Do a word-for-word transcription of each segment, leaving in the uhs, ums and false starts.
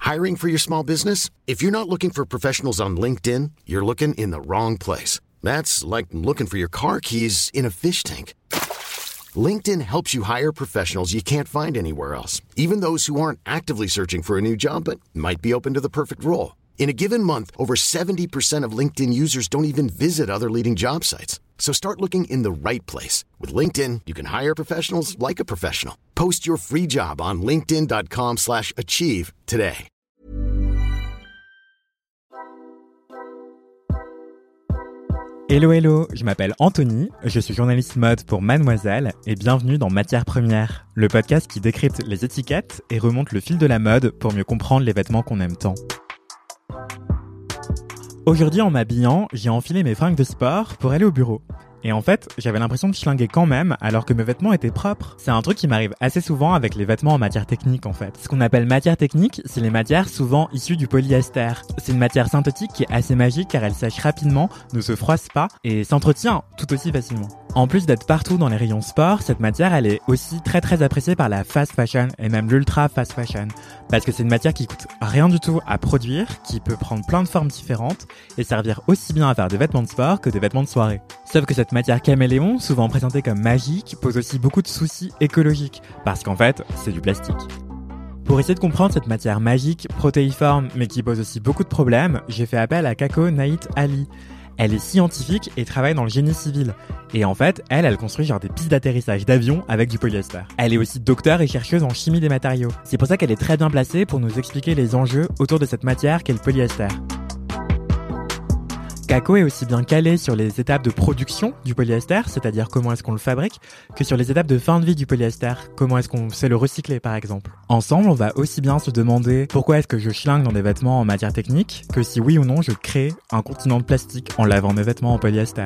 Hiring for your small business? If you're not looking for professionals on LinkedIn, you're looking in the wrong place. That's like looking for your car keys in a fish tank. LinkedIn helps you hire professionals you can't find anywhere else, even those who aren't actively searching for a new job but might be open to the perfect role. In a given month, over seventy percent of LinkedIn users don't even visit other leading job sites. So start looking in the right place. With LinkedIn, you can hire professionals like a professional. Post your free job on linkedin.com slash achieve today. Hello hello, je m'appelle Anthony, je suis journaliste mode pour Mademoiselle et bienvenue dans Matières Premières, le podcast qui décrypte les étiquettes et remonte le fil de la mode pour mieux comprendre les vêtements qu'on aime tant. Aujourd'hui, en m'habillant, j'ai enfilé mes fringues de sport pour aller au bureau. Et en fait, j'avais l'impression de schlinguer quand même, alors que mes vêtements étaient propres. C'est un truc qui m'arrive assez souvent avec les vêtements en matière technique, en fait. Ce qu'on appelle matière technique, c'est les matières souvent issues du polyester. C'est une matière synthétique qui est assez magique car elle sèche rapidement, ne se froisse pas et s'entretient tout aussi facilement. En plus d'être partout dans les rayons sport, cette matière, elle est aussi très très appréciée par la fast fashion et même l'ultra fast fashion. Parce que c'est une matière qui coûte rien du tout à produire, qui peut prendre plein de formes différentes et servir aussi bien à faire des vêtements de sport que des vêtements de soirée. Sauf que cette matière caméléon, souvent présentée comme magique, pose aussi beaucoup de soucis écologiques, parce qu'en fait, c'est du plastique. Pour essayer de comprendre cette matière magique, protéiforme, mais qui pose aussi beaucoup de problèmes, j'ai fait appel à Kako Naït Ali. Elle est scientifique et travaille dans le génie civil. Et en fait, elle, elle construit genre des pistes d'atterrissage d'avions avec du polyester. Elle est aussi docteure et chercheuse en chimie des matériaux. C'est pour ça qu'elle est très bien placée pour nous expliquer les enjeux autour de cette matière qu'est le polyester. Kako est aussi bien calée sur les étapes de production du polyester, c'est-à-dire comment est-ce qu'on le fabrique, que sur les étapes de fin de vie du polyester, comment est-ce qu'on sait le recycler par exemple. Ensemble, on va aussi bien se demander pourquoi est-ce que je schlingue dans des vêtements en matière technique, que si oui ou non je crée un continent de plastique en lavant mes vêtements en polyester.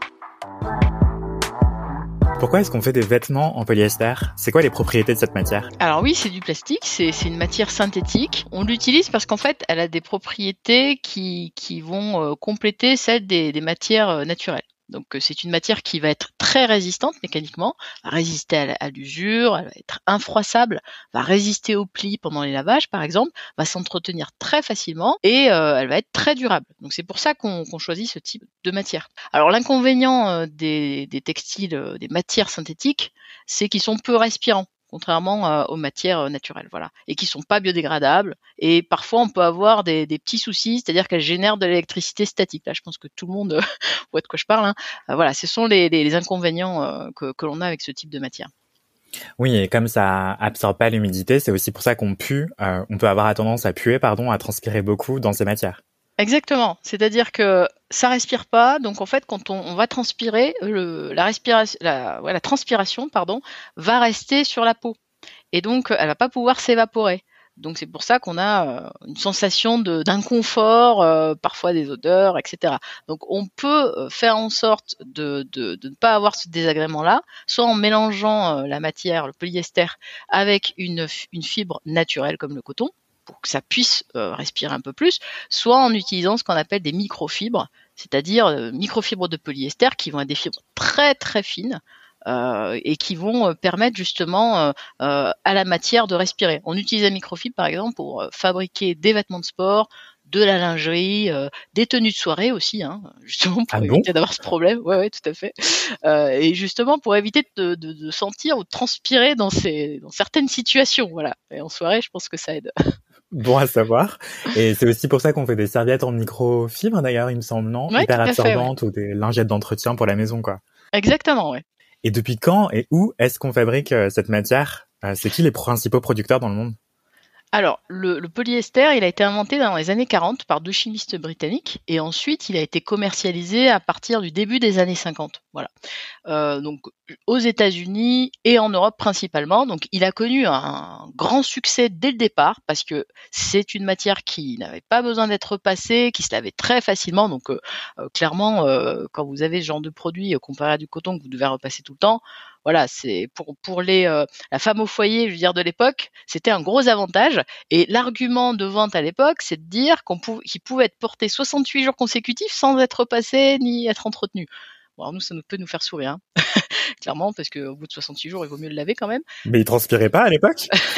Pourquoi est-ce qu'on fait des vêtements en polyester ? C'est quoi les propriétés de cette matière ? Alors oui, c'est du plastique, c'est, c'est une matière synthétique. On l'utilise parce qu'en fait, elle a des propriétés qui, qui vont euh, compléter celles des, des matières euh, naturelles. Donc euh, c'est une matière qui va être très résistante mécaniquement, va résister à, à l'usure, elle va être infroissable, va résister aux plis pendant les lavages par exemple, va s'entretenir très facilement et euh, elle va être très durable. Donc c'est pour ça qu'on, qu'on choisit ce type de matière. Alors l'inconvénient euh, des, des textiles, euh, des matières synthétiques, c'est qu'ils sont peu respirants, contrairement euh, aux matières euh, naturelles, voilà, et qui sont pas biodégradables. Et parfois, on peut avoir des, des petits soucis, c'est-à-dire qu'elles génèrent de l'électricité statique. Là, je pense que tout le monde voit de quoi je parle. Hein. Euh, voilà, ce sont les, les, les inconvénients euh, que, que l'on a avec ce type de matière. Oui, et comme ça absorbe pas l'humidité, c'est aussi pour ça qu'on pue. Euh, on peut avoir tendance à puer, pardon, à transpirer beaucoup dans ces matières. Exactement, c'est-à-dire que ça respire pas, donc en fait quand on, on va transpirer, le, la, respiration, la, ouais, la transpiration pardon, va rester sur la peau et donc elle va pas pouvoir s'évaporer. Donc c'est pour ça qu'on a euh, une sensation de, d'inconfort, euh, parfois des odeurs, et cetera. Donc on peut faire en sorte de, de, de ne pas avoir ce désagrément-là, soit en mélangeant euh, la matière, le polyester, avec une, une fibre naturelle comme le coton, pour que ça puisse euh, respirer un peu plus, soit en utilisant ce qu'on appelle des microfibres, c'est-à-dire euh, microfibres de polyester qui vont être des fibres très très fines euh, et qui vont euh, permettre justement euh, euh, à la matière de respirer. On utilise la microfibre par exemple pour euh, fabriquer des vêtements de sport, de la lingerie, euh, des tenues de soirée aussi, hein, justement pour ah éviter bon d'avoir ce problème. Ouais, ouais, tout à fait. Euh, et justement pour éviter de, de, de sentir ou de transpirer dans, ces, dans certaines situations. Voilà. Et en soirée, je pense que ça aide. Bon à savoir. Et c'est aussi pour ça qu'on fait des serviettes en microfibre d'ailleurs, il me semble, non ? Ouais, Hyper tout à fait, absorbantes, ouais. Ou des lingettes d'entretien pour la maison, quoi. Exactement, ouais. Et depuis quand et où est-ce qu'on fabrique euh, cette matière ? euh, C'est qui les principaux producteurs dans le monde ? Alors, le, le polyester, il a été inventé dans les années quarante par deux chimistes britanniques et ensuite il a été commercialisé à partir du début des années cinquante. Voilà. Euh, donc aux États-Unis et en Europe principalement. Donc il a connu un grand succès dès le départ parce que c'est une matière qui n'avait pas besoin d'être passée, qui se lavait très facilement. Donc euh, euh, clairement, euh, quand vous avez ce genre de produit euh, comparé à du coton que vous devez repasser tout le temps, voilà, c'est pour pour les euh, la femme au foyer, je veux dire de l'époque, c'était un gros avantage. Et l'argument de vente à l'époque, c'est de dire qu'on pouvait, qu'il pouvait être porté soixante-huit jours consécutifs sans être repassé ni être entretenu. Bon, alors nous, ça nous peut nous faire sourire, hein. Clairement, parce qu'au bout de soixante-huit jours, il vaut mieux le laver quand même. Mais il transpirait pas à l'époque ?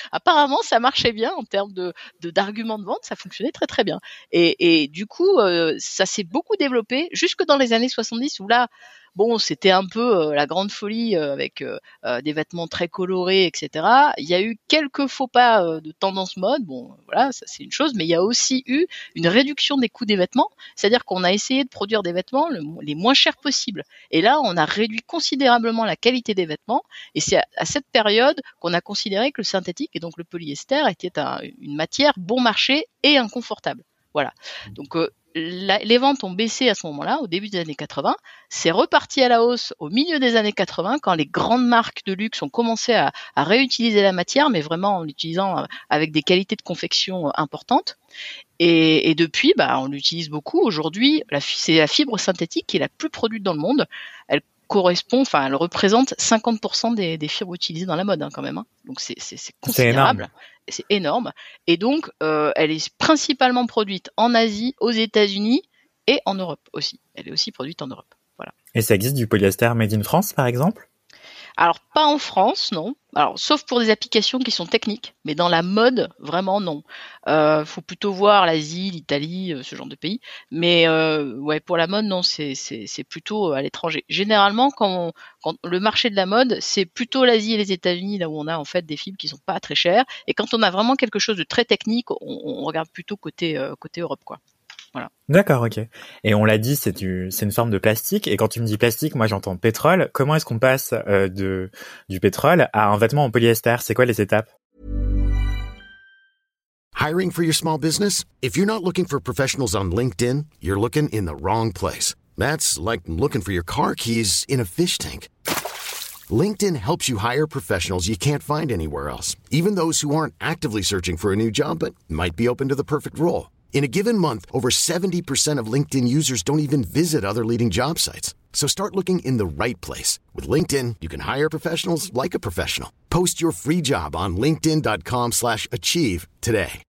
apparemment, ça marchait bien en termes de, de d'arguments de vente, ça fonctionnait très très bien. Et, et du coup, euh, ça s'est beaucoup développé jusque dans les années soixante-dix où là, bon, c'était un peu euh, la grande folie euh, avec euh, euh, des vêtements très colorés, et cetera. Il y a eu quelques faux pas euh, de tendance mode, bon, voilà, ça c'est une chose, mais il y a aussi eu une réduction des coûts des vêtements, c'est-à-dire qu'on a essayé de produire des vêtements le, les moins chers possibles. Et là, on a réduit considérablement la qualité des vêtements, et c'est à, à cette période qu'on a considéré que le synthétique et donc le polyester était un, une matière bon marché et inconfortable. Voilà. Donc euh, la, les ventes ont baissé à ce moment-là, au début des années quatre-vingts. C'est reparti à la hausse au milieu des années quatre-vingts, quand les grandes marques de luxe ont commencé à, à réutiliser la matière, mais vraiment en l'utilisant avec des qualités de confection importantes. Et, et depuis, bah, on l'utilise beaucoup. Aujourd'hui, la, c'est la fibre synthétique qui est la plus produite dans le monde. Elle correspond, enfin, elle représente cinquante pour cent des, des fibres utilisées dans la mode, hein, quand même. Hein. Donc c'est, c'est, c'est considérable, c'est énorme. c'est énorme. Et donc, euh, elle est principalement produite en Asie, aux États-Unis et en Europe aussi. Elle est aussi produite en Europe. Voilà. Et ça existe du polyester made in France, par exemple ? Alors, pas en France, non. Alors, sauf pour des applications qui sont techniques, mais dans la mode, vraiment non. Euh, faut plutôt voir l'Asie, l'Italie, euh, ce genre de pays. Mais euh, ouais, pour la mode, non, c'est c'est c'est plutôt à l'étranger. Généralement, quand, on, quand le marché de la mode, c'est plutôt l'Asie et les États-Unis, là où on a en fait des fibres qui sont pas très chères. Et quand on a vraiment quelque chose de très technique, on, on regarde plutôt côté euh, côté Europe, quoi. Voilà. D'accord, ok. Et on l'a dit, c'est du, c'est une forme de plastique. Et quand tu me dis plastique, moi j'entends pétrole. Comment est-ce qu'on passe euh, de du pétrole à un vêtement en polyester ? C'est quoi les étapes ? Hiring for your small business? If you're not looking for professionals on LinkedIn, you're looking in the wrong place. That's like looking for your car keys in a fish tank. LinkedIn helps you hire professionals you can't find anywhere else, even those who aren't actively searching for a new job but might be open to the perfect role. In a given month, over seventy percent of LinkedIn users don't even visit other leading job sites. So start looking in the right place. With LinkedIn, you can hire professionals like a professional. Post your free job on linkedin.com slash achieve today.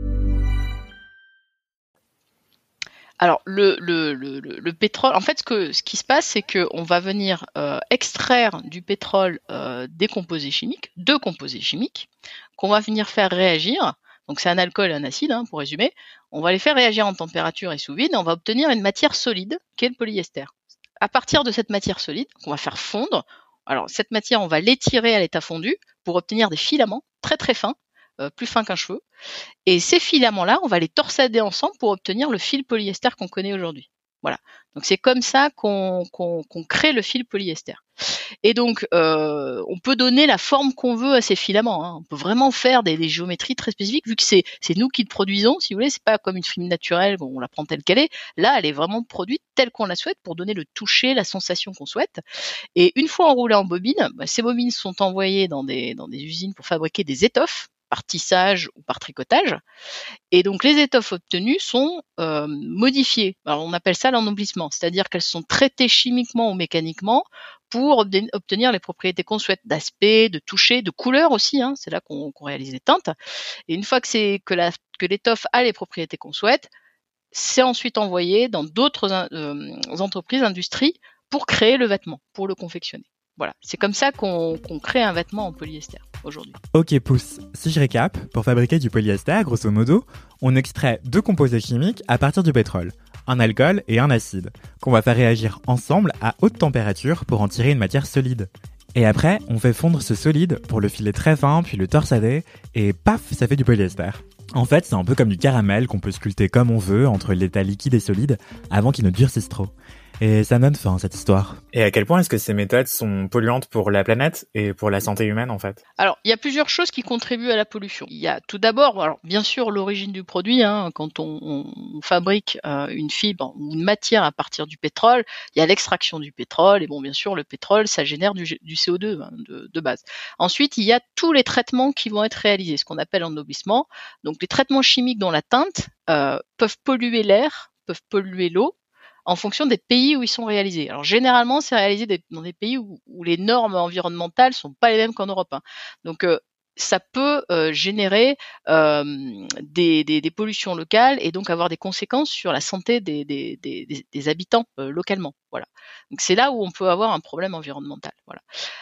Alors, le, le, le, le pétrole, en fait, ce, que, ce qui se passe, c'est qu'on va venir euh, extraire du pétrole euh, des composés chimiques, deux composés chimiques, qu'on va venir faire réagir. Donc, c'est un alcool et un acide, hein, pour résumer. On va les faire réagir en température et sous vide, et on va obtenir une matière solide, qui est le polyester. À partir de cette matière solide, qu'on va faire fondre, alors cette matière, on va l'étirer à l'état fondu pour obtenir des filaments très très fins, euh, plus fins qu'un cheveu. Et ces filaments-là, on va les torsader ensemble pour obtenir le fil polyester qu'on connaît aujourd'hui. Voilà. Donc c'est comme ça qu'on, qu'on, qu'on crée le fil polyester. Et donc euh, on peut donner la forme qu'on veut à ces filaments. Hein. On peut vraiment faire des, des géométries très spécifiques, vu que c'est, c'est nous qui le produisons. Si vous voulez, c'est pas comme une fibre naturelle, on la prend telle qu'elle est. Là, elle est vraiment produite telle qu'on la souhaite pour donner le toucher, la sensation qu'on souhaite. Et une fois enroulée en bobine, bah, ces bobines sont envoyées dans des, dans des usines pour fabriquer des étoffes, par tissage ou par tricotage. Et donc les étoffes obtenues sont euh, modifiées. Alors on appelle ça l'ennoblissement, c'est-à-dire qu'elles sont traitées chimiquement ou mécaniquement pour obtenir les propriétés qu'on souhaite, d'aspect, de toucher, de couleur aussi. Hein, c'est là qu'on, qu'on réalise les teintes. Et une fois que c'est que, la, que l'étoffe a les propriétés qu'on souhaite, c'est ensuite envoyé dans d'autres euh, entreprises, industries, pour créer le vêtement, pour le confectionner. Voilà, c'est comme ça qu'on, qu'on crée un vêtement en polyester aujourd'hui. Ok, pouce. Si je récap, pour fabriquer du polyester, grosso modo, on extrait deux composés chimiques à partir du pétrole, un alcool et un acide, qu'on va faire réagir ensemble à haute température pour en tirer une matière solide. Et après, on fait fondre ce solide pour le filer très fin, puis le torsader, et paf, ça fait du polyester. En fait, c'est un peu comme du caramel qu'on peut sculpter comme on veut entre l'état liquide et solide avant qu'il ne durcisse trop. Et ça me donne faim, cette histoire. Et à quel point est-ce que ces méthodes sont polluantes pour la planète et pour la santé humaine, en fait ? Alors, il y a plusieurs choses qui contribuent à la pollution. Il y a tout d'abord, alors bien sûr, l'origine du produit. Hein, quand on, on fabrique euh, une fibre ou une matière à partir du pétrole, il y a l'extraction du pétrole. Et bon, bien sûr, le pétrole, ça génère du, du C O deux hein, de, de base. Ensuite, il y a tous les traitements qui vont être réalisés, ce qu'on appelle l'ennoblissement. Donc, les traitements chimiques dont la teinte euh, peuvent polluer l'air, peuvent polluer l'eau, en fonction des pays où ils sont réalisés. Alors généralement, c'est réalisé des, dans des pays où, où les normes environnementales sont pas les mêmes qu'en Europe. Hein. Donc euh, ça peut euh, générer euh, des, des, des pollutions locales et donc avoir des conséquences sur la santé des, des, des, des habitants euh, localement. Voilà. Donc c'est là où on peut avoir un problème environnemental. Voilà.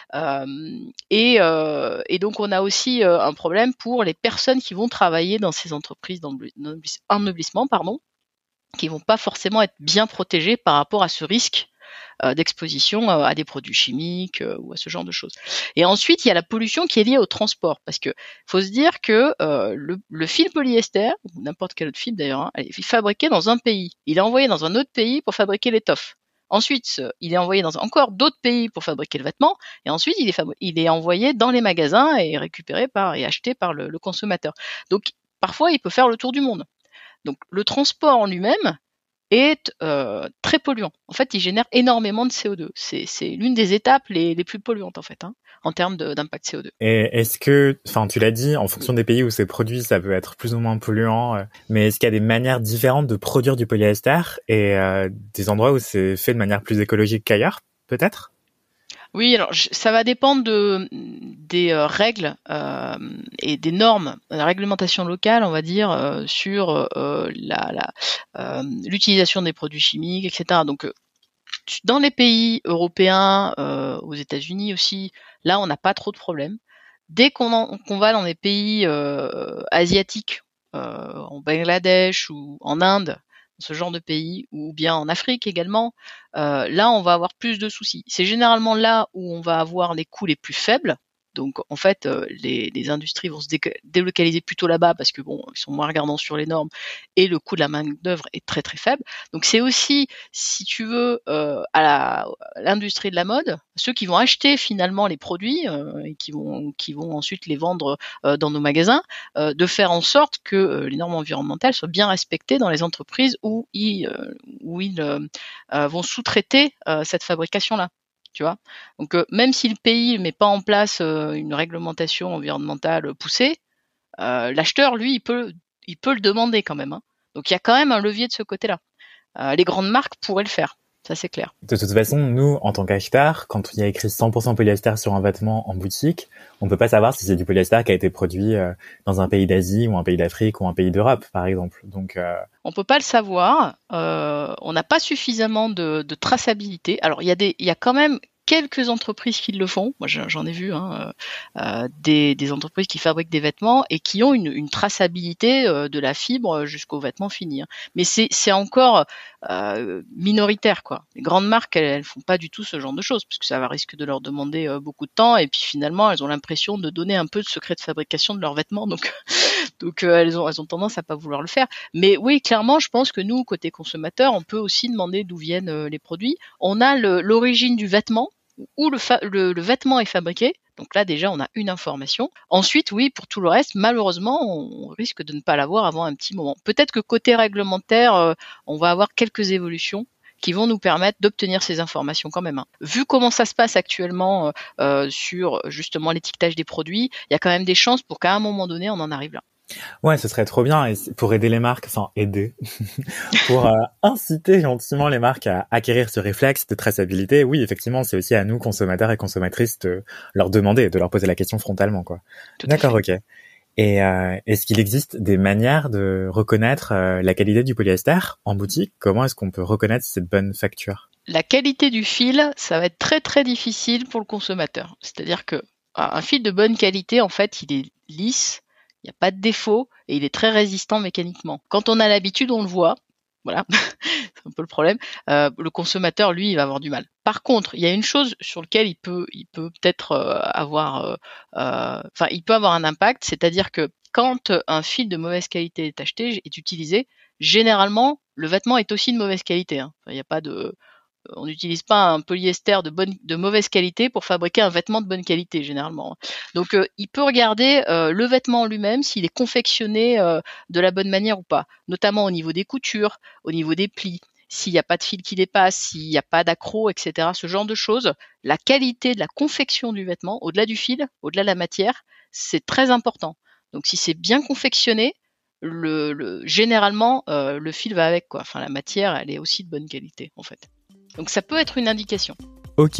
Euh, et, euh, et donc on a aussi euh, un problème pour les personnes qui vont travailler dans ces entreprises d'ennoblissement, pardon, qui vont pas forcément être bien protégées par rapport à ce risque euh, d'exposition euh, à des produits chimiques euh, ou à ce genre de choses. Et ensuite, il y a la pollution qui est liée au transport, parce que faut se dire que euh, le, le fil polyester, ou n'importe quel autre fil d'ailleurs, hein, est fabriqué dans un pays. Il est envoyé dans un autre pays pour fabriquer l'étoffe. Ensuite, il est envoyé dans encore d'autres pays pour fabriquer le vêtement, et ensuite il est, fabri- il est envoyé dans les magasins et récupéré par et acheté par le, le consommateur. Donc parfois, il peut faire le tour du monde. Donc le transport en lui-même est euh, très polluant. En fait, il génère énormément de C O deux. C'est, c'est l'une des étapes les, les plus polluantes en fait, hein, en termes de, d'impact C O deux. Et est-ce que, enfin, tu l'as dit, en fonction des pays où c'est produit, ça peut être plus ou moins polluant. euh, Mais est-ce qu'il y a des manières différentes de produire du polyester et euh, des endroits où c'est fait de manière plus écologique qu'ailleurs, peut-être? Oui, alors je- ça va dépendre de, des euh, règles euh, et des normes, la réglementation locale, on va dire, euh, sur euh, la, la, euh, l'utilisation des produits chimiques, et cetera. Donc, euh, tu- dans les pays européens, euh, aux États-Unis aussi, là, on n'a pas trop de problèmes. Dès qu'on, en- qu'on va dans des pays euh, asiatiques, euh, en Bangladesh ou en Inde, ce genre de pays, ou bien en Afrique également, euh, là, on va avoir plus de soucis. C'est généralement là où on va avoir les coûts les plus faibles. Donc, en fait, euh, les, les industries vont se déca- délocaliser plutôt là-bas parce que bon, ils sont moins regardants sur les normes et le coût de la main d'œuvre est très très faible. Donc, c'est aussi, si tu veux, euh, à, la, à l'industrie de la mode, ceux qui vont acheter finalement les produits euh, et qui vont qui vont ensuite les vendre euh, dans nos magasins, euh, de faire en sorte que euh, les normes environnementales soient bien respectées dans les entreprises où ils euh, où ils euh, euh, vont sous-traiter euh, cette fabrication-là. Tu vois. Donc euh, même si le pays ne met pas en place euh, une réglementation environnementale poussée, euh, l'acheteur lui il peut il peut le demander quand même. Hein. Donc il y a quand même un levier de ce côté-là. Euh, les grandes marques pourraient le faire, ça c'est clair. De toute façon, nous, en tant qu'acheteurs, quand il y a écrit cent pour cent polyester sur un vêtement en boutique, on peut pas savoir si c'est du polyester qui a été produit euh, dans un pays d'Asie ou un pays d'Afrique ou un pays d'Europe, par exemple. Donc, euh... on peut pas le savoir. Euh, on n'a pas suffisamment de, de traçabilité. Alors il y a des, il y a quand même quelques entreprises qui le font. Moi, j'en ai vu hein, euh, des, des entreprises qui fabriquent des vêtements et qui ont une, une traçabilité euh, de la fibre jusqu'au vêtement fini. Hein. Mais c'est, c'est encore euh, minoritaire, quoi. Les grandes marques, elles, elles font pas du tout ce genre de choses parce que ça va risque de leur demander euh, beaucoup de temps et puis finalement, elles ont l'impression de donner un peu de secret de fabrication de leurs vêtements. Donc, donc euh, elles ont, elles ont tendance à pas vouloir le faire. Mais oui, clairement, je pense que nous, côté consommateur, on peut aussi demander d'où viennent euh, les produits. On a le, l'origine du vêtement où le, fa- le, le vêtement est fabriqué. Donc là, déjà, on a une information. Ensuite, oui, pour tout le reste, malheureusement, on risque de ne pas l'avoir avant un petit moment. Peut-être que côté réglementaire, euh, on va avoir quelques évolutions qui vont nous permettre d'obtenir ces informations quand même. Hein. Vu comment ça se passe actuellement euh, sur justement l'étiquetage des produits, il y a quand même des chances pour qu'à un moment donné, on en arrive là. Ouais, ce serait trop bien et pour aider les marques, enfin aider, pour euh, inciter gentiment les marques à acquérir ce réflexe de traçabilité. Oui, effectivement, c'est aussi à nous, consommateurs et consommatrices, de leur demander, de leur poser la question frontalement, quoi. Tout D'accord, ok. Et euh, est-ce qu'il existe des manières de reconnaître euh, la qualité du polyester en boutique? Comment est-ce qu'on peut reconnaître si c'est de bonne facture? La qualité du fil, ça va être très très difficile pour le consommateur. C'est-à-dire que un fil de bonne qualité, en fait, il est lisse. Il n'y a pas de défaut et il est très résistant mécaniquement. Quand on a l'habitude, on le voit. Voilà, c'est un peu le problème. Euh, le consommateur, lui, il va avoir du mal. Par contre, il y a une chose sur laquelle il peut, il peut peut-être euh, avoir, euh, euh, enfin, il peut avoir un impact, c'est-à-dire que quand un fil de mauvaise qualité est acheté, est utilisé, généralement, le vêtement est aussi de mauvaise qualité. Hein. Enfin, il n'y a pas de, on n'utilise pas un polyester de bonne, de mauvaise qualité pour fabriquer un vêtement de bonne qualité généralement. Donc, euh, il peut regarder euh, le vêtement en lui-même s'il est confectionné euh, de la bonne manière ou pas, notamment au niveau des coutures, au niveau des plis, s'il n'y a pas de fil qui dépasse, s'il n'y a pas d'accroc, et cetera. Ce genre de choses. La qualité de la confection du vêtement, au-delà du fil, au-delà de la matière, c'est très important. Donc, si c'est bien confectionné, le, le, généralement, euh, le fil va avec, quoi. Enfin, la matière, elle est aussi de bonne qualité, en fait. Donc ça peut être une indication. Ok.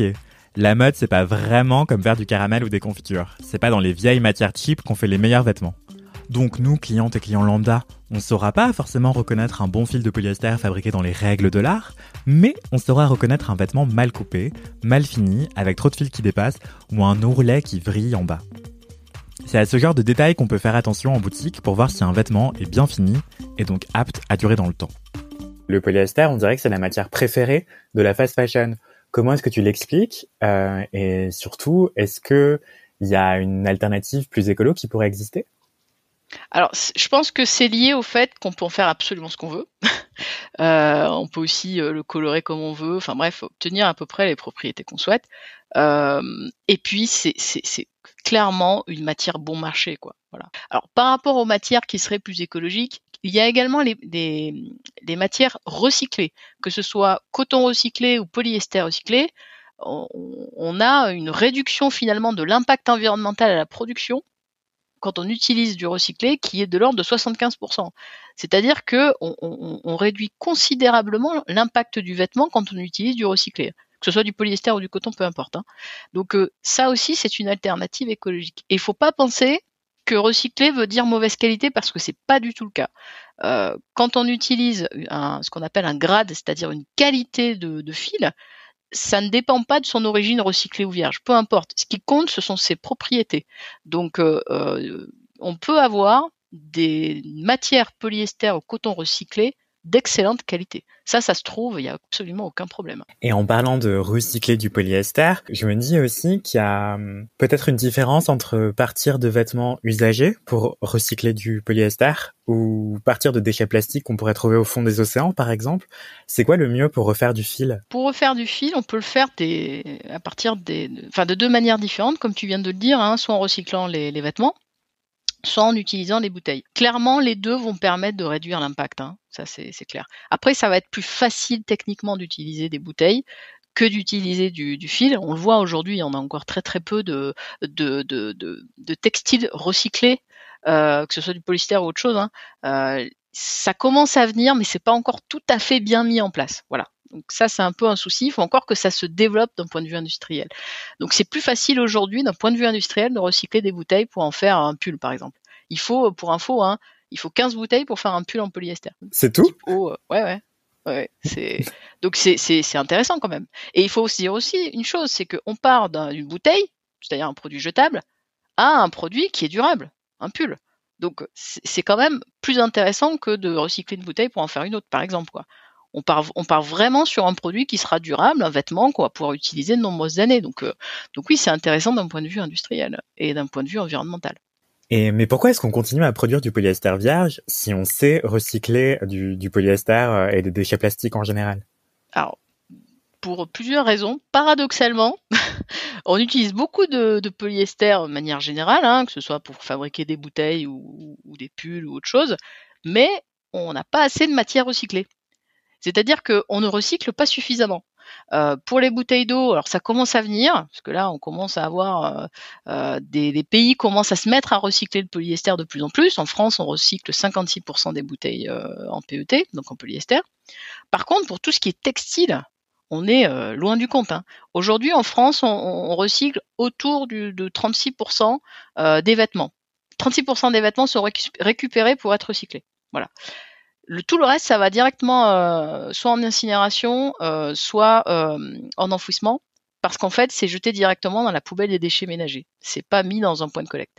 La mode, c'est pas vraiment comme faire du caramel ou des confitures. C'est pas dans les vieilles matières cheap qu'on fait les meilleurs vêtements. Donc nous, clientes et clients lambda, on saura pas forcément reconnaître un bon fil de polyester fabriqué dans les règles de l'art, mais on saura reconnaître un vêtement mal coupé, mal fini, avec trop de fils qui dépassent, ou un ourlet qui vrille en bas. C'est à ce genre de détails qu'on peut faire attention en boutique pour voir si un vêtement est bien fini et donc apte à durer dans le temps. Le polyester, on dirait que c'est la matière préférée de la fast fashion. Comment est-ce que tu l'expliques euh, et surtout, est-ce que il y a une alternative plus écolo qui pourrait exister ? Alors, je pense que c'est lié au fait qu'on peut en faire absolument ce qu'on veut. euh, on peut aussi euh, le colorer comme on veut. Enfin bref, obtenir à peu près les propriétés qu'on souhaite. Euh, et puis, c'est, c'est, c'est clairement une matière bon marché, quoi. Voilà. Alors, par rapport aux matières qui seraient plus écologiques, il y a également les, les, les matières recyclées, que ce soit coton recyclé ou polyester recyclé. On, on a une réduction finalement de l'impact environnemental à la production quand on utilise du recyclé qui est de l'ordre de soixante-quinze pour cent. C'est-à-dire que on, on, on réduit considérablement l'impact du vêtement quand on utilise du recyclé, que ce soit du polyester ou du coton, peu importe. Hein. Donc euh, ça aussi, c'est une alternative écologique. Et il faut pas penser que recycler veut dire mauvaise qualité parce que c'est pas du tout le cas. Euh, quand on utilise un, ce qu'on appelle un grade, c'est-à-dire une qualité de, de fil, ça ne dépend pas de son origine recyclée ou vierge, peu importe. Ce qui compte, ce sont ses propriétés. Donc, euh, euh, on peut avoir des matières polyester ou coton recyclé d'excellente qualité. Ça, ça se trouve, il n'y a absolument aucun problème. Et en parlant de recycler du polyester, je me dis aussi qu'il y a peut-être une différence entre partir de vêtements usagés pour recycler du polyester ou partir de déchets plastiques qu'on pourrait trouver au fond des océans, par exemple. C'est quoi le mieux pour refaire du fil ? Pour refaire du fil, on peut le faire des, à partir des, enfin, de deux manières différentes, comme tu viens de le dire, hein, soit en recyclant les, les vêtements, soit en utilisant les bouteilles. Clairement, les deux vont permettre de réduire l'impact, hein. Ça c'est, c'est clair. Après, ça va être plus facile techniquement d'utiliser des bouteilles que d'utiliser du, du fil. On le voit aujourd'hui, on a encore très très peu de, de, de, de, de textiles recyclés, euh, que ce soit du polyester ou autre chose. Hein. Euh, ça commence à venir, mais c'est pas encore tout à fait bien mis en place. Voilà. Donc ça, c'est un peu un souci. Il faut encore que ça se développe d'un point de vue industriel. Donc c'est plus facile aujourd'hui, d'un point de vue industriel, de recycler des bouteilles pour en faire un pull, par exemple. Il faut, pour info, hein, il faut quinze bouteilles pour faire un pull en polyester. C'est tout ? Oh, euh, ouais, ouais. Ouais, c'est... Donc c'est, c'est, c'est intéressant quand même. Et il faut aussi dire aussi une chose, c'est qu'on part d'une bouteille, c'est-à-dire un produit jetable, à un produit qui est durable, un pull. Donc c'est, c'est quand même plus intéressant que de recycler une bouteille pour en faire une autre, par exemple, quoi. On part, on part vraiment sur un produit qui sera durable, un vêtement qu'on va pouvoir utiliser de nombreuses années. Donc, euh, donc oui, c'est intéressant d'un point de vue industriel et d'un point de vue environnemental. Et mais pourquoi est-ce qu'on continue à produire du polyester vierge si on sait recycler du, du polyester et des déchets plastiques en général ? Alors, pour plusieurs raisons. Paradoxalement, on utilise beaucoup de, de polyester de manière générale, hein, que ce soit pour fabriquer des bouteilles ou, ou des pulls ou autre chose, mais on n'a pas assez de matière recyclée. C'est-à-dire qu'on ne recycle pas suffisamment. Euh, pour les bouteilles d'eau, alors ça commence à venir, parce que là on commence à avoir euh, euh, des, des pays commencent à se mettre à recycler le polyester de plus en plus. En France, on recycle cinquante-six pour cent des bouteilles euh, en P E T, donc en polyester. Par contre, pour tout ce qui est textile, on est euh, loin du compte. Hein. Aujourd'hui, en France, on, on recycle autour du, de trente-six pour cent euh, des vêtements. trente-six pour cent des vêtements sont récup- récupérés pour être recyclés. Voilà. Le, tout le reste, ça va directement euh, soit en incinération, euh, soit euh, en enfouissement, parce qu'en fait, c'est jeté directement dans la poubelle des déchets ménagers. C'est pas mis dans un point de collecte.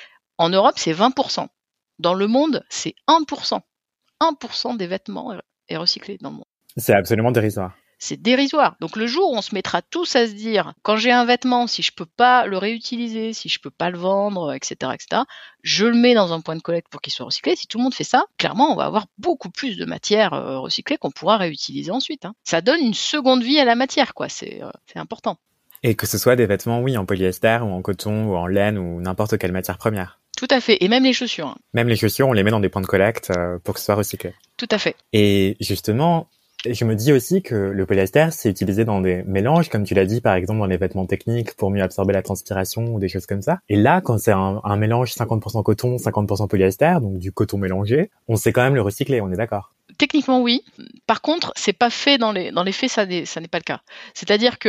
En Europe, c'est vingt pour cent. Dans le monde, c'est un pour cent. un pour cent des vêtements est recyclé dans le monde. C'est absolument dérisoire. C'est dérisoire. Donc le jour où on se mettra tous à se dire, quand j'ai un vêtement, si je peux pas le réutiliser, si je peux pas le vendre, et cetera, et cetera, je le mets dans un point de collecte pour qu'il soit recyclé. Si tout le monde fait ça, clairement, on va avoir beaucoup plus de matière euh, recyclée qu'on pourra réutiliser ensuite. Hein. Ça donne une seconde vie à la matière, quoi. C'est, euh, c'est important. Et que ce soit des vêtements, oui, en polyester ou en coton ou en laine ou n'importe quelle matière première. Tout à fait. Et même les chaussures. Hein. Même les chaussures, on les met dans des points de collecte euh, pour que ce soit recyclé. Tout à fait. Et justement, je me dis aussi que le polyester, c'est utilisé dans des mélanges, comme tu l'as dit, par exemple, dans les vêtements techniques pour mieux absorber la transpiration ou des choses comme ça. Et là, quand c'est un, un mélange cinquante pour cent coton, cinquante pour cent polyester, donc du coton mélangé, on sait quand même le recycler, on est d'accord? Techniquement, oui. Par contre, c'est pas fait dans les, dans les faits, ça n'est, ça n'est pas le cas. C'est-à-dire que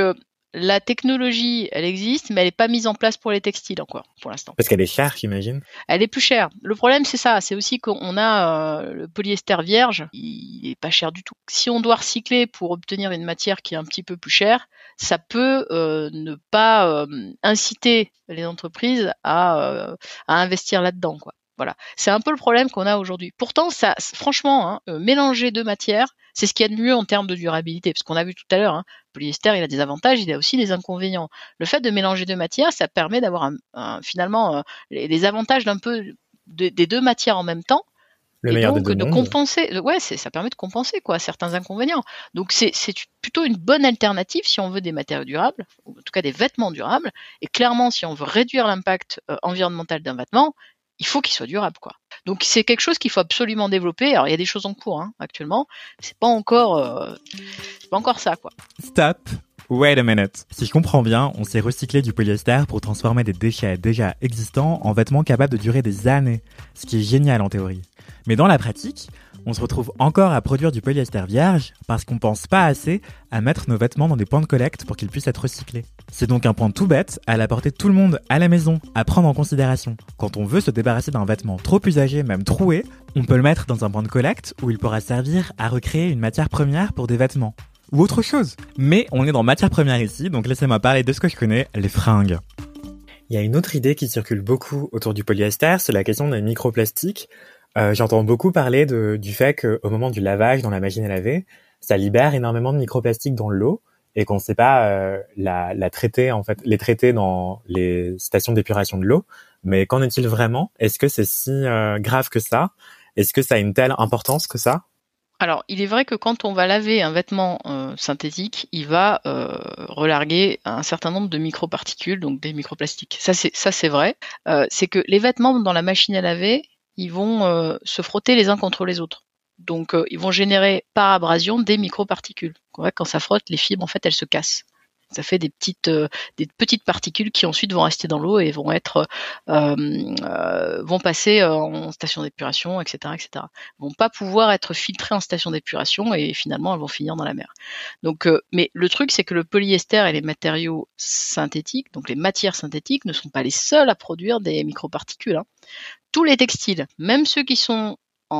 la technologie, elle existe, mais elle n'est pas mise en place pour les textiles encore, pour l'instant. Parce qu'elle est chère, j'imagine. Elle est plus chère. Le problème, c'est ça. C'est aussi qu'on a euh, le polyester vierge, il est pas cher du tout. Si on doit recycler pour obtenir une matière qui est un petit peu plus chère, ça peut euh, ne pas euh, inciter les entreprises à, euh, à investir là-dedans, quoi. Voilà, c'est un peu le problème qu'on a aujourd'hui. Pourtant, ça, franchement, hein, euh, mélanger deux matières, c'est ce qu'il y a de mieux en termes de durabilité, parce qu'on a vu tout à l'heure, hein, le polyester, il a des avantages, il a aussi des inconvénients. Le fait de mélanger deux matières, ça permet d'avoir un, un, finalement euh, les, les avantages d'un peu de, des deux matières en même temps, Le et meilleur donc des deux de mondes. compenser. Ouais, c'est, ça permet de compenser quoi certains inconvénients. Donc c'est, c'est plutôt une bonne alternative si on veut des matériaux durables, ou en tout cas des vêtements durables. Et clairement, si on veut réduire l'impact euh, environnemental d'un vêtement, il faut qu'il soit durable, quoi. Donc c'est quelque chose qu'il faut absolument développer. Alors il y a des choses en cours hein, actuellement, c'est pas encore, euh, c'est pas encore ça, quoi. Stop. Wait a minute. Si je comprends bien, on s'est recyclé du polyester pour transformer des déchets déjà existants en vêtements capables de durer des années, ce qui est génial en théorie. Mais dans la pratique, on se retrouve encore à produire du polyester vierge parce qu'on pense pas assez à mettre nos vêtements dans des points de collecte pour qu'ils puissent être recyclés. C'est donc un point tout bête à la portée de tout le monde à la maison à prendre en considération. Quand on veut se débarrasser d'un vêtement trop usagé, même troué, on peut le mettre dans un point de collecte où il pourra servir à recréer une matière première pour des vêtements. Ou autre chose. Mais on est dans matière première ici, donc laissez-moi parler de ce que je connais, les fringues. Il y a une autre idée qui circule beaucoup autour du polyester, c'est la question des microplastiques. Euh, j'entends beaucoup parler de, du fait qu'au moment du lavage dans la machine à laver, ça libère énormément de microplastiques dans l'eau et qu'on ne sait pas euh, la, la traiter, en fait, les traiter dans les stations d'épuration de l'eau. Mais qu'en est-il vraiment ? Est-ce que c'est si euh, grave que ça ? Est-ce que ça a une telle importance que ça ? Alors, il est vrai que quand on va laver un vêtement euh, synthétique, il va euh, relarguer un certain nombre de microparticules, donc des microplastiques. Ça, c'est ça, c'est vrai. Euh, c'est que les vêtements dans la machine à laver, ils vont euh, se frotter les uns contre les autres. Donc, euh, ils vont générer par abrasion des microparticules. Quand ça frotte, les fibres, en fait, elles se cassent. Ça fait des petites, euh, des petites particules qui ensuite vont rester dans l'eau et vont être, euh, euh, vont passer en station d'épuration, et cetera, et cetera. Elles vont pas pouvoir être filtrées en station d'épuration et finalement elles vont finir dans la mer. Donc, euh, mais le truc c'est que le polyester et les matériaux synthétiques, donc les matières synthétiques, ne sont pas les seuls à produire des microparticules, hein. Tous les textiles, même ceux qui sont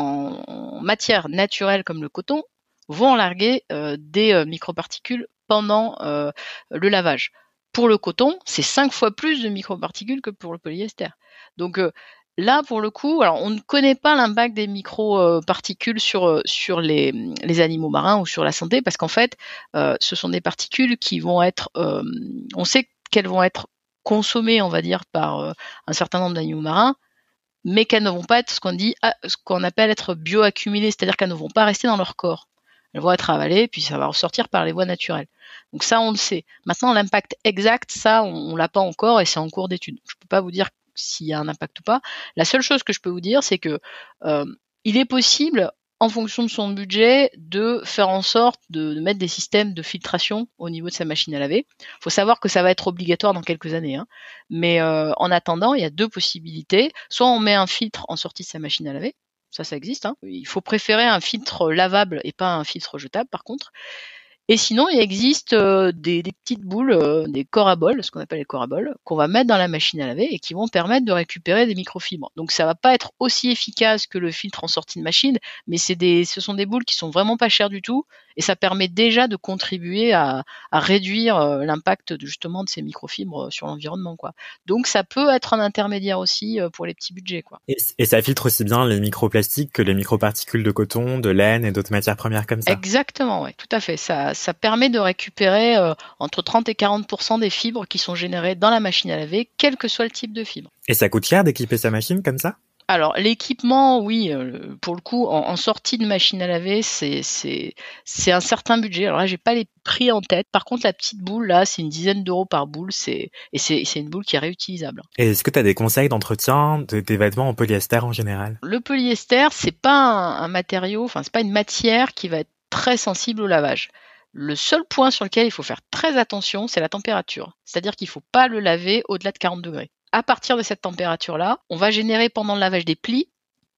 en matière naturelle comme le coton, vont larguer euh, des euh, microparticules pendant euh, le lavage. Pour le coton, c'est cinq fois plus de microparticules que pour le polyester. Donc euh, là, pour le coup, alors on ne connaît pas l'impact des microparticules sur sur les, les animaux marins ou sur la santé, parce qu'en fait, euh, ce sont des particules qui vont être, euh, on sait qu'elles vont être consommées, on va dire, par euh, un certain nombre d'animaux marins, mais qu'elles ne vont pas être ce qu'on dit, ce qu'on appelle être bioaccumulées, c'est-à-dire qu'elles ne vont pas rester dans leur corps. Elles vont être avalées, puis ça va ressortir par les voies naturelles. Donc ça, on le sait. Maintenant, l'impact exact, ça, on, on l'a pas encore et c'est en cours d'étude. Je peux pas vous dire s'il y a un impact ou pas. La seule chose que je peux vous dire, c'est que euh, il est possible, en fonction de son budget, de faire en sorte de, de mettre des systèmes de filtration au niveau de sa machine à laver. Il faut savoir que ça va être obligatoire dans quelques années, hein. Mais euh, en attendant, il y a deux possibilités. Soit on met un filtre en sortie de sa machine à laver. Ça, ça existe, hein. Il faut préférer un filtre lavable et pas un filtre jetable, par contre. Et sinon, il existe euh, des, des petites boules, euh, des coraboles, ce qu'on appelle les coraboles, qu'on va mettre dans la machine à laver et qui vont permettre de récupérer des microfibres. Donc, ça va pas être aussi efficace que le filtre en sortie de machine, mais c'est des, ce sont des boules qui sont vraiment pas chères du tout et ça permet déjà de contribuer à, à réduire euh, l'impact de, justement de ces microfibres sur l'environnement, quoi. Donc, ça peut être un intermédiaire aussi euh, pour les petits budgets, quoi. Et, et ça filtre aussi bien les microplastiques que les microparticules de coton, de laine et d'autres matières premières comme ça. Exactement, ouais, tout à fait. Ça, ça permet de récupérer euh, entre trente et quarante pour cent des fibres qui sont générées dans la machine à laver, quel que soit le type de fibre. Et ça coûte cher d'équiper sa machine comme ça ? Alors, l'équipement, oui, euh, pour le coup, en, en sortie de machine à laver, c'est, c'est, c'est un certain budget. Alors là, j'ai pas les prix en tête. Par contre, la petite boule, là, c'est une dizaine d'euros par boule. C'est, et c'est, c'est une boule qui est réutilisable. Et est-ce que tu as des conseils d'entretien de tes vêtements en polyester en général ? Le polyester, c'est pas un, un matériau, enfin, c'est pas une matière qui va être très sensible au lavage. Le seul point sur lequel il faut faire très attention, c'est la température. C'est-à-dire qu'il faut pas le laver au-delà de quarante degrés. À partir de cette température-là, on va générer pendant le lavage des plis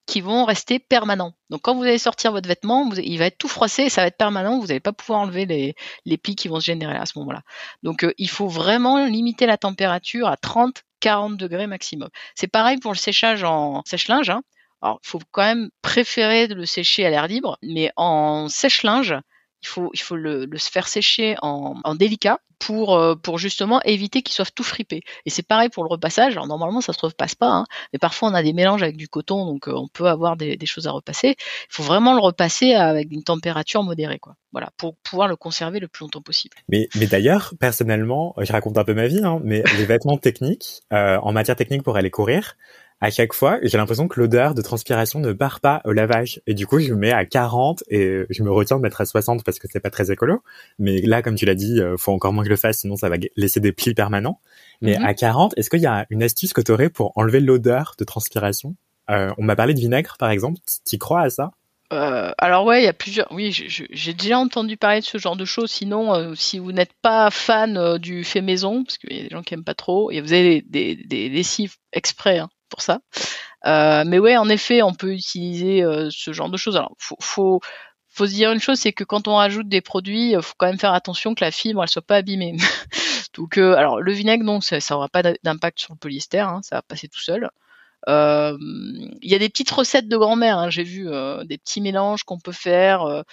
qui vont rester permanents. Donc quand vous allez sortir votre vêtement, vous, il va être tout froissé et ça va être permanent, vous n'allez pas pouvoir enlever les, les plis qui vont se générer à ce moment-là. Donc euh, il faut vraiment limiter la température à trente à quarante degrés maximum. C'est pareil pour le séchage en sèche-linge, hein. Alors il faut quand même préférer de le sécher à l'air libre, mais en sèche-linge, il faut, il faut le, le faire sécher en, en délicat pour, euh, pour justement éviter qu'il soit tout fripé. Et c'est pareil pour le repassage. Alors normalement, ça se repasse pas, hein, mais parfois on a des mélanges avec du coton, donc euh, on peut avoir des, des choses à repasser. Il faut vraiment le repasser avec une température modérée, quoi. Voilà, pour pouvoir le conserver le plus longtemps possible. Mais, mais d'ailleurs, personnellement, je raconte un peu ma vie, hein, mais les vêtements techniques, euh, en matière technique pour aller courir, à chaque fois, j'ai l'impression que l'odeur de transpiration ne part pas au lavage. Et du coup, je mets à quarante et je me retiens de mettre à soixante parce que c'est pas très écolo. Mais là, comme tu l'as dit, faut encore moins que je le fasse, sinon ça va laisser des plis permanents. Mais mm-hmm. à quarante, est-ce qu'il y a une astuce que tu aurais pour enlever l'odeur de transpiration? euh, On m'a parlé de vinaigre, par exemple. T'y crois à ça? Euh, alors ouais, il y a plusieurs. Oui, je, je, j'ai déjà entendu parler de ce genre de choses. Sinon, euh, si vous n'êtes pas fan euh, du fait maison, parce qu'il y a des gens qui aiment pas trop, et vous avez des, des, des lessives exprès hein, pour ça. Euh, mais ouais, en effet, on peut utiliser euh, ce genre de choses. Alors, faut, faut, faut se dire une chose, c'est que quand on rajoute des produits, faut quand même faire attention que la fibre, elle soit pas abîmée. Donc, euh, alors le vinaigre, non, ça, ça aura pas d'impact sur le polyester, hein, ça va passer tout seul. Il euh, y a des petites recettes de grand-mère, hein, j'ai vu euh, des petits mélanges qu'on peut faire, euh,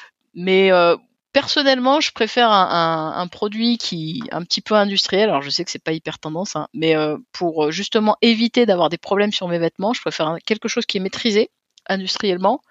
mais euh, personnellement, je préfère un, un, un produit qui un petit peu industriel. Alors je sais que c'est pas hyper tendance, hein, mais euh, pour justement éviter d'avoir des problèmes sur mes vêtements, je préfère quelque chose qui est maîtrisé industriellement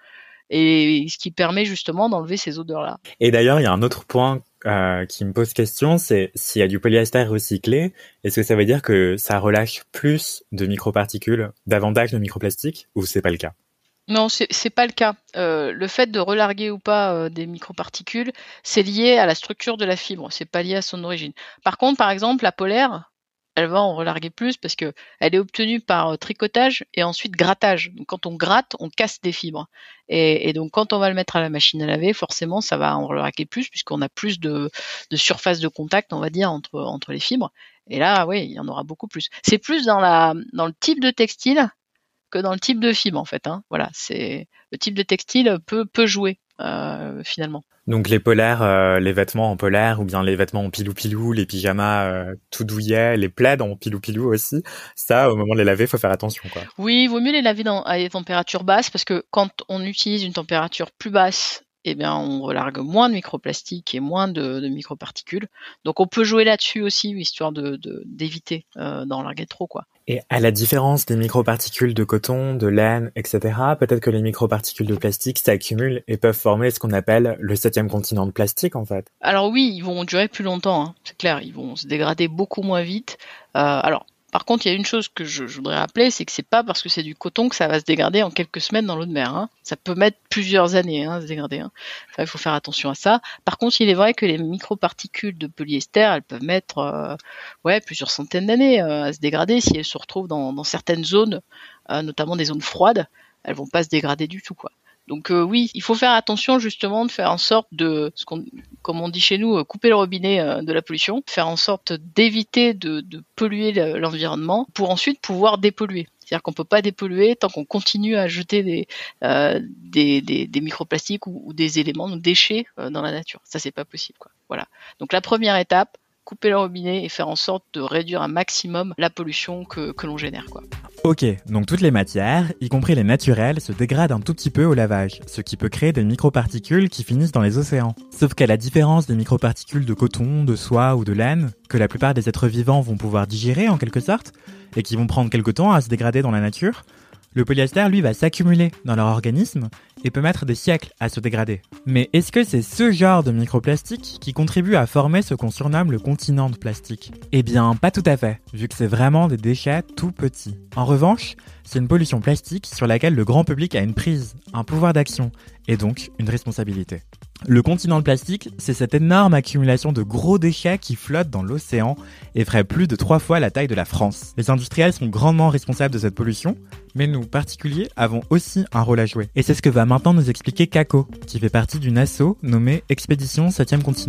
et ce qui permet justement d'enlever ces odeurs-là. Et d'ailleurs, il y a un autre point Euh, qui me pose question, c'est s'il y a du polyester recyclé, est-ce que ça veut dire que ça relâche plus de microparticules, davantage de microplastiques, ou c'est pas le cas? Non, c'est, c'est pas le cas. Euh, le fait de relarguer ou pas euh, des microparticules, c'est lié à la structure de la fibre, c'est pas lié à son origine. Par contre, par exemple, la polaire, elle va en relarguer plus parce que elle est obtenue par tricotage et ensuite grattage. Donc quand on gratte, on casse des fibres. Et, et donc quand on va le mettre à la machine à laver, forcément ça va en relarguer plus puisqu'on a plus de, de surface de contact, on va dire, entre, entre les fibres. Et là, oui, il y en aura beaucoup plus. C'est plus dans la dans le type de textile que dans le type de fibre en fait. Hein. Voilà, c'est le type de textile peut peut jouer euh, finalement. Donc les polaires, euh, les vêtements en polaire ou bien les vêtements en pilou-pilou, les pyjamas euh, tout douillets, les plaids en pilou-pilou aussi, ça au moment de les laver, il faut faire attention quoi. Oui, il vaut mieux les laver dans, à des températures basses parce que quand on utilise une température plus basse, eh bien on relargue moins de microplastiques et moins de, de microparticules. Donc on peut jouer là-dessus aussi, histoire de, de d'éviter euh, d'en larguer trop quoi. Et à la différence des microparticules de coton, de laine, et cetera, peut-être que les microparticules de plastique s'accumulent et peuvent former ce qu'on appelle le septième continent de plastique, en fait. Alors oui, ils vont durer plus longtemps, hein, c'est clair, ils vont se dégrader beaucoup moins vite. Euh, alors, par contre, il y a une chose que je, je voudrais rappeler, c'est que c'est pas parce que c'est du coton que ça va se dégrader en quelques semaines dans l'eau de mer. Hein. Ça peut mettre plusieurs années hein, à se dégrader. Hein. Enfin, il faut faire attention à ça. Par contre, il est vrai que les microparticules de polyester, elles peuvent mettre euh, ouais, plusieurs centaines d'années euh, à se dégrader si elles se retrouvent dans, dans certaines zones, euh, notamment des zones froides. Elles vont pas se dégrader du tout, quoi. Donc euh, oui, il faut faire attention justement de faire en sorte de, ce qu'on, comme on dit chez nous, couper le robinet euh, de la pollution, faire en sorte d'éviter de, de polluer le, l'environnement pour ensuite pouvoir dépolluer. C'est-à-dire qu'on peut pas dépolluer tant qu'on continue à jeter des, euh, des, des, des microplastiques ou, ou des éléments, donc déchets euh, dans la nature. Ça, c'est pas possible, quoi. Voilà. Donc la première étape, couper le robinet et faire en sorte de réduire un maximum la pollution que, que l'on génère, quoi. Ok, donc toutes les matières, y compris les naturelles, se dégradent un tout petit peu au lavage, ce qui peut créer des microparticules qui finissent dans les océans. Sauf qu'à la différence des microparticules de coton, de soie ou de laine, que la plupart des êtres vivants vont pouvoir digérer en quelque sorte, et qui vont prendre quelque temps à se dégrader dans la nature, le polyester, lui, va s'accumuler dans leur organisme et peut mettre des siècles à se dégrader. Mais est-ce que c'est ce genre de microplastique qui contribue à former ce qu'on surnomme le continent de plastique ? Eh bien, pas tout à fait, vu que c'est vraiment des déchets tout petits. En revanche, c'est une pollution plastique sur laquelle le grand public a une prise, un pouvoir d'action, et donc une responsabilité. Le continent de plastique, c'est cette énorme accumulation de gros déchets qui flottent dans l'océan et ferait plus de trois fois la taille de la France. Les industriels sont grandement responsables de cette pollution, mais nous, particuliers, avons aussi un rôle à jouer. Et c'est ce que va maintenant nous expliquer Kako, qui fait partie d'une asso nommée Expédition septième continent.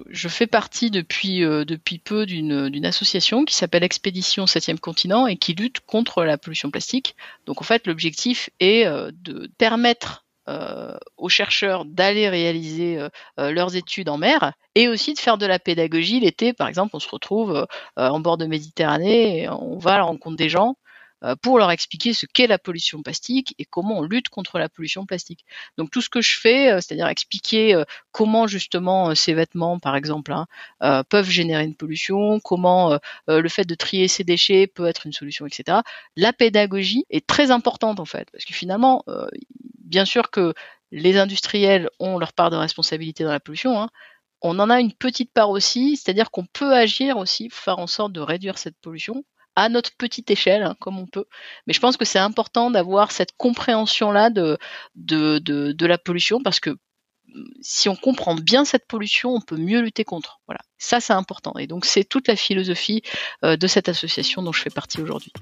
je fais partie depuis euh, depuis peu d'une d'une association qui s'appelle Expédition septième Continent et qui lutte contre la pollution plastique. Donc en fait, l'objectif est euh, de permettre euh, aux chercheurs d'aller réaliser euh, euh, leurs études en mer et aussi de faire de la pédagogie l'été. Par exemple, on se retrouve euh, en bord de Méditerranée et on va à la rencontre des gens pour leur expliquer ce qu'est la pollution plastique et comment on lutte contre la pollution plastique. Donc tout ce que je fais, c'est-à-dire expliquer comment justement ces vêtements, par exemple, hein, euh, peuvent générer une pollution, comment euh, le fait de trier ces déchets peut être une solution, et cetera. La pédagogie est très importante en fait, parce que finalement, euh, bien sûr que les industriels ont leur part de responsabilité dans la pollution, hein, on en a une petite part aussi, c'est-à-dire qu'on peut agir aussi pour faire en sorte de réduire cette pollution à notre petite échelle, hein, comme on peut. Mais je pense que c'est important d'avoir cette compréhension-là de, de, de, de la pollution, parce que si on comprend bien cette pollution, on peut mieux lutter contre. Voilà, ça c'est important. Et donc c'est toute la philosophie euh, de cette association dont je fais partie aujourd'hui.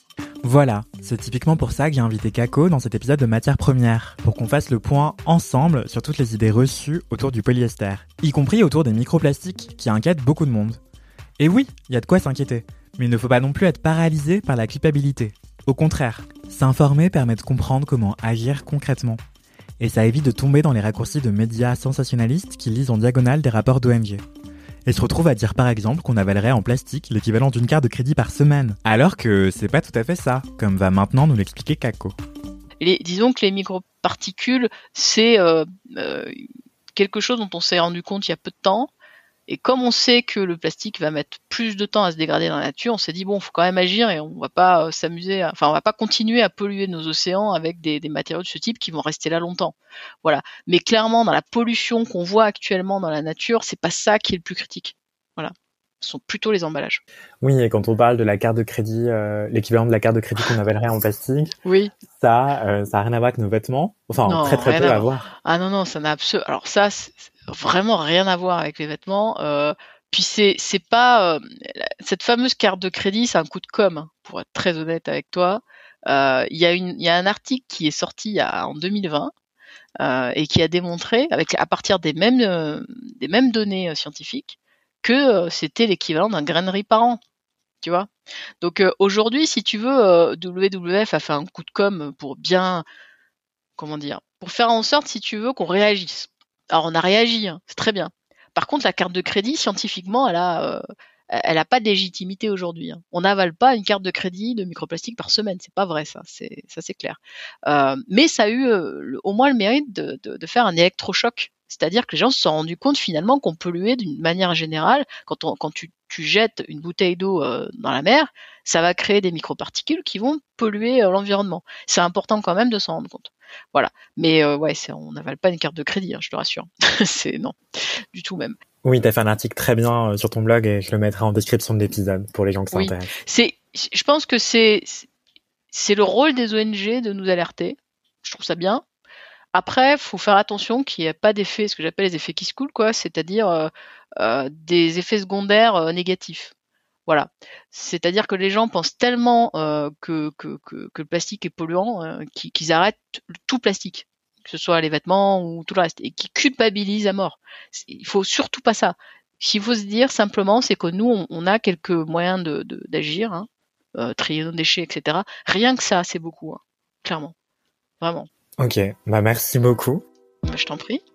Voilà, c'est typiquement pour ça que j'ai invité Kako dans cet épisode de Matières Premières, pour qu'on fasse le point ensemble sur toutes les idées reçues autour du polyester, y compris autour des microplastiques qui inquiètent beaucoup de monde. Et oui, il y a de quoi s'inquiéter. Mais il ne faut pas non plus être paralysé par la culpabilité. Au contraire, s'informer permet de comprendre comment agir concrètement. Et ça évite de tomber dans les raccourcis de médias sensationnalistes qui lisent en diagonale des rapports d'O N G. Et se retrouvent à dire par exemple qu'on avalerait en plastique l'équivalent d'une carte de crédit par semaine. Alors que c'est pas tout à fait ça, comme va maintenant nous l'expliquer Kako. Les, disons que les microparticules, c'est euh, euh, quelque chose dont on s'est rendu compte il y a peu de temps. Et comme on sait que le plastique va mettre plus de temps à se dégrader dans la nature, on s'est dit bon, faut quand même agir et on va pas euh, s'amuser, à, enfin on va pas continuer à polluer nos océans avec des, des matériaux de ce type qui vont rester là longtemps. Voilà. Mais clairement, dans la pollution qu'on voit actuellement dans la nature, c'est pas ça qui est le plus critique. Voilà. Ce sont plutôt les emballages. Oui, et quand on parle de la carte de crédit, euh, l'équivalent de la carte de crédit qu'on avalerait en plastique, oui. ça, euh, ça a rien à voir avec nos vêtements. Enfin, non, très très peu à, à voir. Ah non non, ça n'a absolument. Alors ça, c'est vraiment rien à voir avec les vêtements. Euh, puis c'est c'est pas euh, cette fameuse carte de crédit, c'est un coup de com', hein, pour être très honnête avec toi. Il euh, y a une, il y a un article qui est sorti il y a, en deux mille vingt euh, et qui a démontré, avec à partir des mêmes euh, des mêmes données euh, scientifiques, que euh, c'était l'équivalent d'un grain de riz par an. Tu vois. Donc euh, aujourd'hui, si tu veux, euh, W W F a fait un coup de com' pour bien, comment dire, pour faire en sorte, si tu veux, qu'on réagisse. Alors on a réagi, hein, c'est très bien. Par contre, la carte de crédit, scientifiquement, elle a, euh, elle a pas de légitimité aujourd'hui. Hein. On n'avale pas une carte de crédit de microplastique par semaine, c'est pas vrai ça, c'est ça c'est clair. Euh, mais ça a eu euh, le, au moins le mérite de, de, de faire un électrochoc, c'est-à-dire que les gens se sont rendus compte finalement qu'on polluait d'une manière générale. Quand on, quand tu, tu jettes une bouteille d'eau euh, dans la mer, ça va créer des microparticules qui vont polluer euh, l'environnement. C'est important quand même de s'en rendre compte. Voilà. Mais euh, ouais, c'est, on n'avale pas une carte de crédit, hein, je te rassure. c'est non, du tout même. Oui, t'as fait un article très bien euh, sur ton blog et je le mettrai en description de l'épisode pour les gens qui oui. s'intéressent. C'est, je pense que c'est, c'est le rôle des O N G de nous alerter. Je trouve ça bien. Après, faut faire attention qu'il n'y ait pas d'effets, ce que j'appelle les effets qui se coulent, quoi, c'est-à-dire euh, euh, des effets secondaires euh, négatifs. Voilà. C'est-à-dire que les gens pensent tellement euh, que, que, que, que le plastique est polluant euh, qu'ils, qu'ils arrêtent tout plastique, que ce soit les vêtements ou tout le reste, et qu'ils culpabilisent à mort. Il faut surtout pas ça. Ce qu'il faut se dire simplement, c'est que nous, on, on a quelques moyens de, de, d'agir, hein, euh, trier nos déchets, et cetera. Rien que ça, c'est beaucoup, hein, clairement. Vraiment. Ok, bah merci beaucoup. Bah, je t'en prie.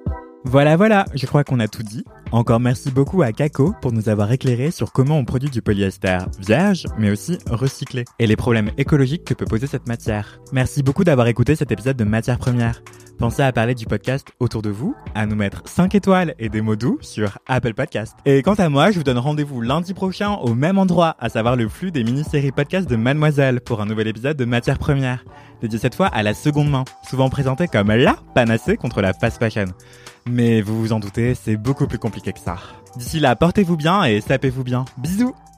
Voilà, voilà, je crois qu'on a tout dit. Encore merci beaucoup à Kako pour nous avoir éclairé sur comment on produit du polyester vierge, mais aussi recyclé, et les problèmes écologiques que peut poser cette matière. Merci beaucoup d'avoir écouté cet épisode de Matières Premières. Pensez à parler du podcast autour de vous, à nous mettre cinq étoiles et des mots doux sur Apple Podcast. Et quant à moi, je vous donne rendez-vous lundi prochain au même endroit, à savoir le flux des mini-séries podcast de Mademoiselle pour un nouvel épisode de Matières Premières, dédié cette fois à la seconde main, souvent présentée comme la panacée contre la fast fashion. Mais vous vous en doutez, c'est beaucoup plus compliqué que ça. D'ici là, portez-vous bien et sapez-vous bien. Bisous!